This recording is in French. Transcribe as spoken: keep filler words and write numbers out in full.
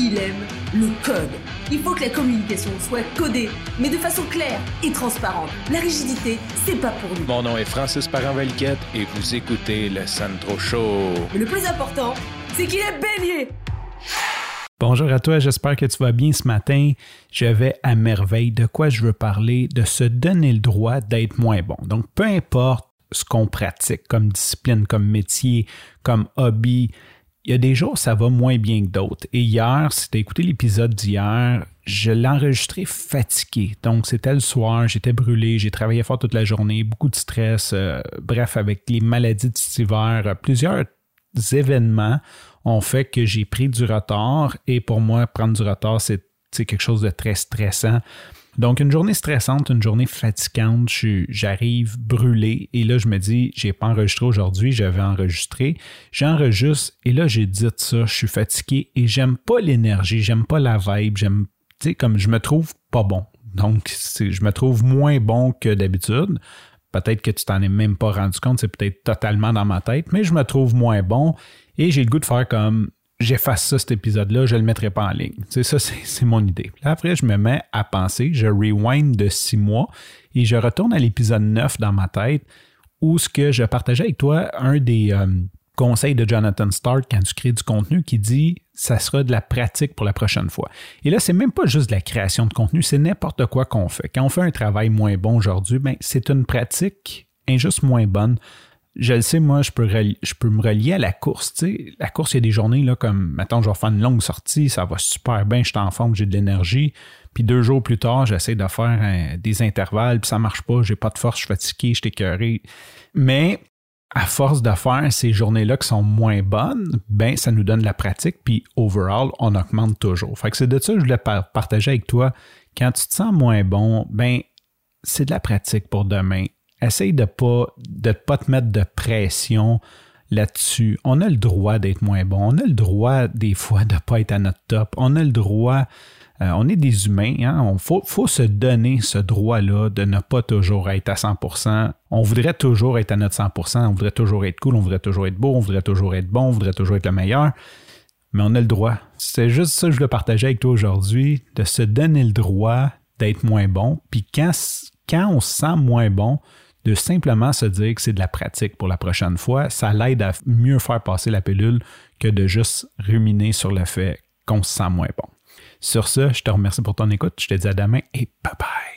il aime le code. Il faut que la communication soit codée, mais de façon claire et transparente. La rigidité, c'est pas pour nous. Mon nom est Francis Parent-Valquette et vous écoutez le Sandro Show. Mais le plus important, c'est qu'il est bélier. Bonjour à toi, j'espère que tu vas bien ce matin. Je vais à merveille. De quoi je veux parler? De se donner le droit d'être moins bon. Donc, peu importe ce qu'on pratique comme discipline, comme métier, comme hobby, il y a des jours, ça va moins bien que d'autres. Et hier, si tu as écouté l'épisode d'hier, je l'ai enregistré fatigué. Donc, c'était le soir, j'étais brûlé, j'ai travaillé fort toute la journée, beaucoup de stress. Euh, bref, avec les maladies de cet hiver, euh, plusieurs événements ont fait que j'ai pris du retard. Et pour moi, prendre du retard, c'est, c'est quelque chose de très stressant. Donc, une journée stressante, une journée fatigante, je suis, j'arrive brûlé et là, je me dis, j'ai pas enregistré aujourd'hui, j'avais enregistré. J'enregistre et là, j'ai dit ça, je suis fatigué et j'aime pas l'énergie, j'aime pas la vibe, j'aime, tu sais, comme je me trouve pas bon. Donc, c'est, je me trouve moins bon que d'habitude. Peut-être que tu t'en es même pas rendu compte, c'est peut-être totalement dans ma tête, mais je me trouve moins bon et j'ai le goût de faire comme... J'efface ça, cet épisode-là, je ne le mettrai pas en ligne. C'est ça, c'est, c'est mon idée. Là, après, je me mets à penser, je rewind de six mois et je retourne à l'épisode neuf dans ma tête où ce que je partageais avec toi, un des euh, conseils de Jonathan Stark quand tu crées du contenu qui dit « ça sera de la pratique pour la prochaine fois ». Et là, c'est même pas juste de la création de contenu, c'est n'importe quoi qu'on fait. Quand on fait un travail moins bon aujourd'hui, ben, c'est une pratique injuste moins bonne. Je le sais, moi, je peux, relier, je peux me relier à la course. Tu sais, la course, il y a des journées là, comme, mettons, je vais faire une longue sortie, ça va super bien, je suis en forme, j'ai de l'énergie. Puis deux jours plus tard, j'essaie de faire un, des intervalles, puis ça marche pas, j'ai pas de force, je suis fatigué, je suis écœuré. Mais à force de faire ces journées-là qui sont moins bonnes, ben ça nous donne de la pratique, puis overall, on augmente toujours. Fait que c'est de ça que je voulais par- partager avec toi. Quand tu te sens moins bon, ben c'est de la pratique pour demain. Essaye de pas de pas te mettre de pression là-dessus. On a le droit d'être moins bon. On a le droit, des fois, de ne pas être à notre top. On a le droit, euh, on est des humains. Hein? Il faut, faut se donner ce droit-là de ne pas toujours être à cent pour cent. On voudrait toujours être à notre cent pour cent. On voudrait toujours être cool. On voudrait toujours être beau. On voudrait toujours être bon. On voudrait toujours être le meilleur. Mais on a le droit. C'est juste ça que je voulais partager avec toi aujourd'hui, de se donner le droit d'être moins bon. Puis quand, quand on se sent moins bon, de simplement se dire que c'est de la pratique pour la prochaine fois, ça l'aide à mieux faire passer la pilule que de juste ruminer sur le fait qu'on se sent moins bon. Sur ce, je te remercie pour ton écoute, je te dis à demain et bye bye!